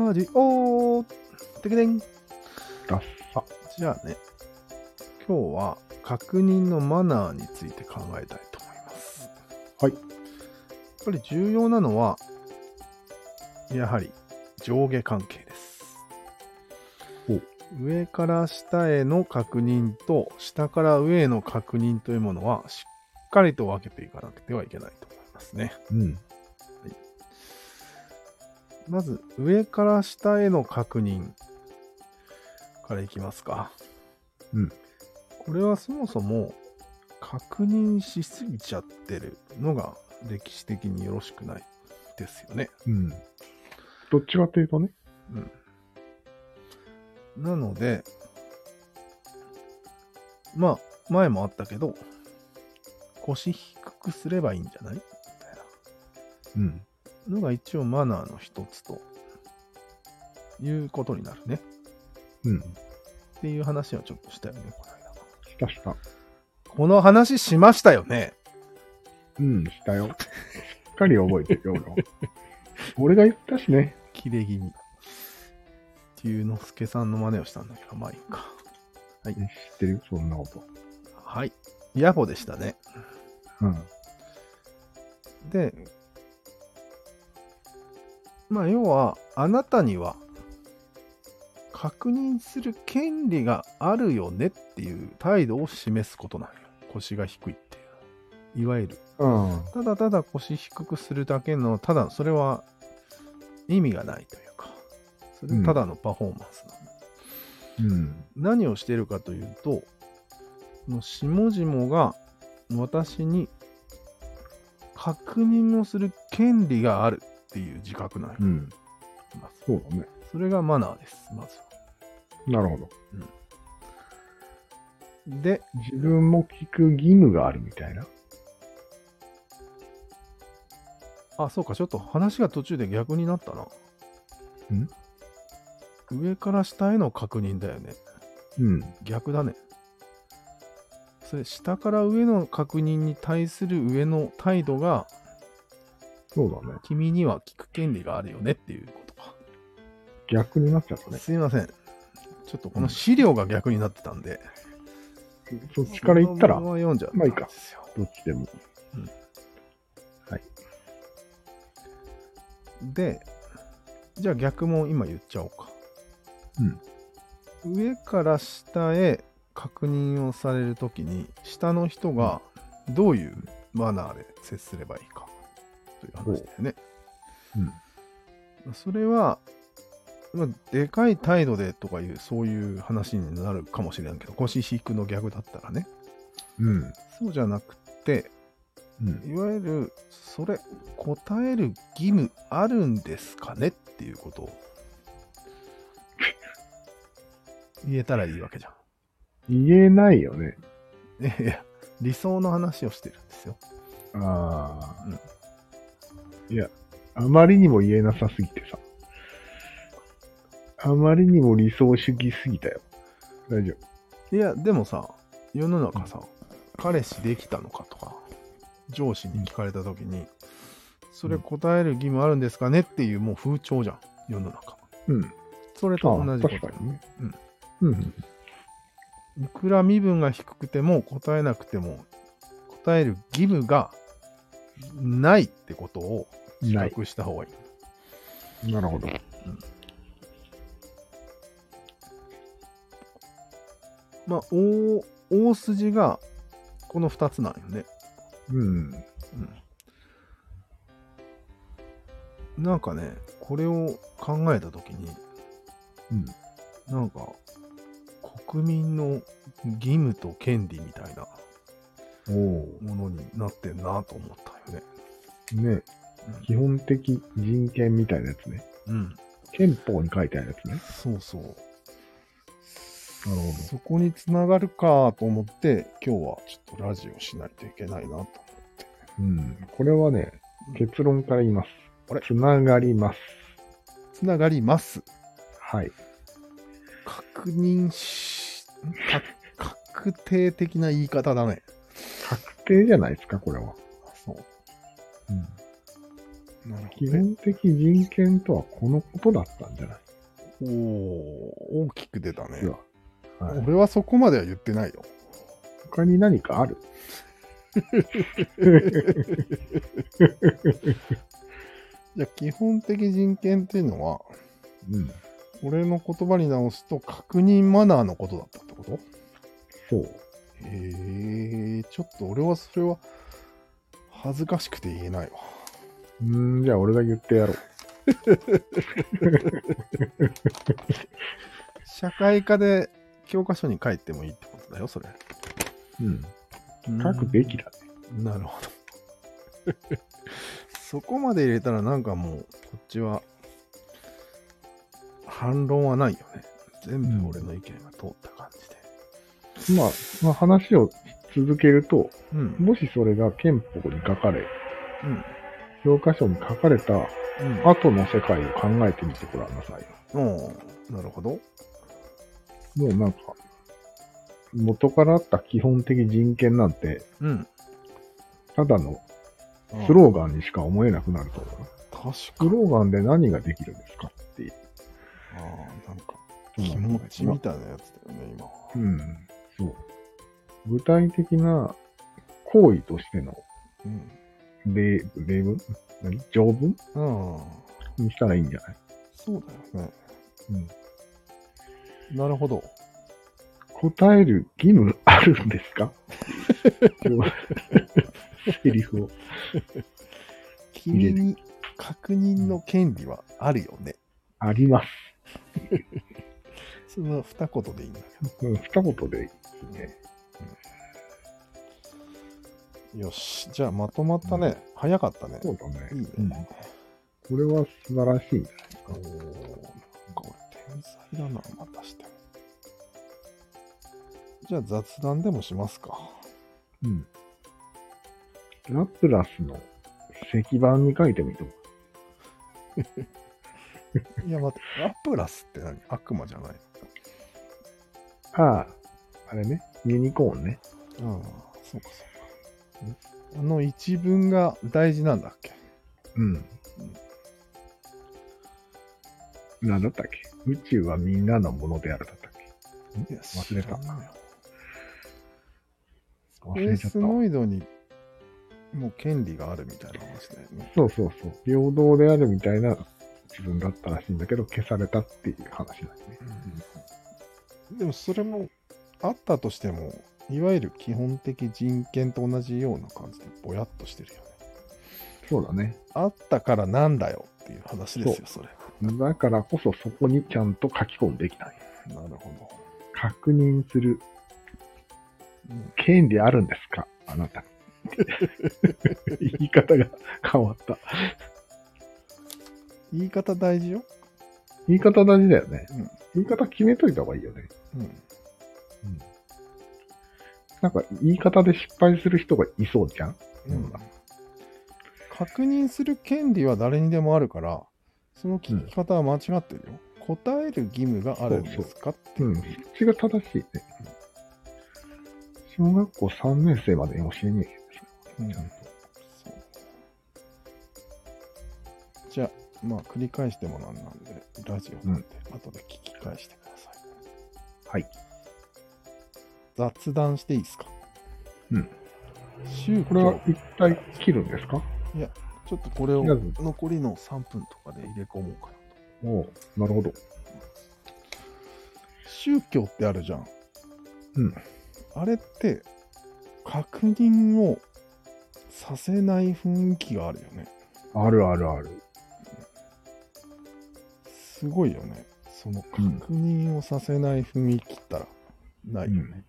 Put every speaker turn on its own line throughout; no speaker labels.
ラジオてけてん。
ダッサ。
じゃあね、今日は確認のマナーについて考えたいと思います。
はい。
やっぱり重要なのは、やはり上下関係です。上から下への確認と下から上への確認というものはしっかりと分けていかなくてはいけないと思いますね。まず上から下への確認からいきますか。これはそもそも確認しすぎちゃってるのが歴史的によろしくないですよね。
どっちかっていうとね。
なので、まあ前もあったけど、腰低くすればいいんじゃないみたいな。のが一応マナーの一つということになるね。っていう話をちょっとしたよね、この間。
した。
この話しましたよね。
したよ。しっかり覚えてるよ、俺が言ったしね。
切れ気味。龍之介さんの真似をしたんだけど、まあいいか。はい。知
ってるそんなこと。
はい。野暮でしたね。で、まあ要は、あなたには確認する権利があるよねっていう態度を示すことなんよ。腰が低いっていう。いわゆる。ただただ腰低くするだけの、ただそれは意味がないというか、それただのパフォーマンスなんで。何をしているかというと、下々が私に確認をする権利があるっていう自覚なんよ。
そうだね。
それがマナーです、まずは。
なるほど。
で、
自分も聞く義務があるみたいな。
あ、そうか、ちょっと話が途中で逆になったな。上から下への確認だよね。逆だね。それ、下から上の確認に対する上の態度が、
そうだね。
君には聞く権利があるよねっていうことか。
逆になっちゃったね。
すいません。ちょっとこの資料が逆になってたんで。
そっちから言ったら、
まあいいか。
どっちでも。はい。
で、じゃあ逆も今言っちゃおうか。上から下へ確認をされるときに、下の人がどういうマナーで接すればいいかという話だよね。それは、でかい態度でとかいう、そういう話になるかもしれんけど、腰引くの逆だったらね。そうじゃなくて、いわゆる、それ、答える義務あるんですかねっていうことを言えたらいいわけじゃん。
言えないよね。
いや、理想の話をしてるんですよ。
いや、あまりにも言えなさすぎてさ。あまりにも理想主義すぎたよ。大丈
夫。いや、でもさ、世の中さ、彼氏できたのかとか、上司に聞かれたときに、それ答える義務あるんですかねっていうもう風潮じゃん、世の中。それと同じこと。
確かにね。
いくら身分が低くても答えなくても答える義務がないってことを自覚した方がい
い。なるほど。
まあ、大筋がこの2つなんよね。なんかね、これを考えたときに、なんか、国民の義務と権利みたいなものになってんなと思ったよね。
基本的人権みたいなやつね。憲法に書いてあるやつね。
そうそう。
なるほど。
そこにつながるかと思って、今日はちょっとラジオしないといけないなと思って。
これはね、結論から言います。つながります。
つながります。
はい。
確定的な言い方だね。
確定じゃないですか、これは。
そう。 なるほ
基
どね。
本的人権とはこのことだったんじゃない
おお、大きく出たね
実。は。はい。
俺はそこまでは言ってないよ。
他に何かある
いや、基本的人権っていうのは、
うん。
俺の言葉に直すと確認マナーのことだったってこと？
そう。
へえ、ちょっと俺はそれは恥ずかしくて言えないわ。
じゃあ俺が言ってやろう。
社会科で教科書に書いてもいいってことだよ、それ。
書くべきだね。
なるほど。そこまで入れたらなんかもう、こっちは、反論はないよね。全部俺の意見が通った感じで。
まあ話を続けると、
うん。
もしそれが憲法に書かれ、
うん。
教科書に書かれた
うん。
後の世界を考えてみてごらんなさいよ。
おー、なるほど。
もうなんか、元からあった基本的人権なんて、
うん。
ただの
ああ
スローガンにしか思えなくなると思う。
確
ス
か
ローガンで何ができるんですかっていう。
ああ、なんか、気持ちみたいなやつだよね、今は。
うん。そう。具体的な行為としての
うん。
例文条文
ああ、
にしたらいいんじゃない
そうだよね。
うん。
なるほど。
答える義務あるんですかセリフを。
君に確認の権利はあるよね。
あります。
その二言でいいんだけ
二言でいいね。
ど。よし。じゃあまとまったね。早かったね。
そうだね。
いいね。
うん。これは素晴らしいんじゃないですか。
おー、なんか俺天才だな、またしても。じゃあ雑談でもしますか。
うん。ラプラスの石板に書いてみても。
いや、待って、ラプラスって何？悪魔じゃない
ああ、あれね。ユニコーンね。
の？ああ、そうかそうか。あの一文が大事なんだっけ？
うん。なんだったっけ宇宙はみんなのものであるだったっけ
いや、
忘れた
知らんのよ。スペ
忘れちゃった
ース。ノイドにもう権利があるみたいな話だよね。
そうそうそう。平等であるみたいな自分だったらしいんだけど、消されたっていう話だよね。
でもそれもあったとしても、いわゆる基本的人権と同じような感じでぼやっとしてるよね。
そうだね。
あったからなんだよっていう話ですよ、それ。
だからこそそこにちゃんと書き込んできたんや。
なるほど。
確認する
うん
権利あるんですかあなた。言い方が変わった。
言い方大事よ。
言い方大事だよね。
うん
言い方決めといた方がいいよね。
うん。
なんか言い方で失敗する人がいそうじゃん、
うん確認する権利は誰にでもあるから、その聞き方は間違ってるよ。答える義務があるんですかっていう。
そっちが正しいね。小学校3年生までに教えねえ
うん
ちゃんと。
そうじゃあ、まあ、繰り返してもなんで、ラジオなんで、後で聞き返してください。
はい。
雑談していいですか？
うん。
宗
これは
教。
一体切るんですか
いや、ちょっとこれを
切らず
残りの3分とかで入れ込もうかなと。
おうなるほど。
宗教ってあるじゃん。
うん。
あれって、確認をさせない雰囲気があるよね。
あるあるある。
すごいよね。その確認をさせない雰囲気ったらないよね。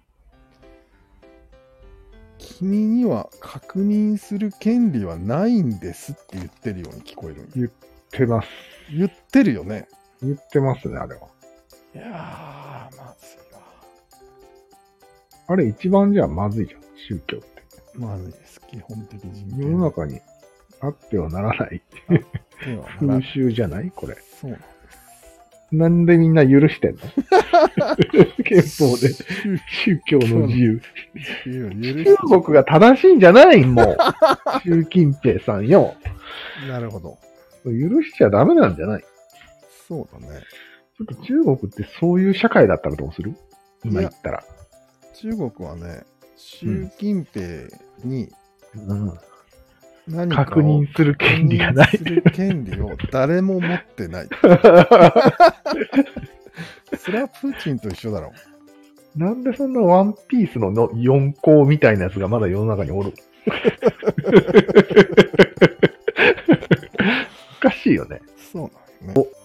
君には確認する権利はないんですって言ってるように聞こえるんよ。
言ってます。
言ってるよね。
言ってますね、あれは。
いやー、まずいわ。
あれ一番じゃあまずいじゃん、宗教って。
まずいです。基本的人
世の中にあってはならない
ではなら
風
ない
習じゃないこれ。
そうなん
なんでみんな許してんの憲法で宗教の自由。中国が正しいんじゃないもう。習近平さんよ。
なるほど。
許しちゃダメなんじゃない？
そうだね。
ちょっと中国ってそういう社会だったらどうする？今言ったら。
中国はね、習近平に
うん。
何かを
確認する権利がない
確認する権利を誰も持ってない。それはプーチンと一緒だろう。
なんでそんなワンピースの4項みたいなやつがまだ世の中におる？おかしいよね。
そうなんよね。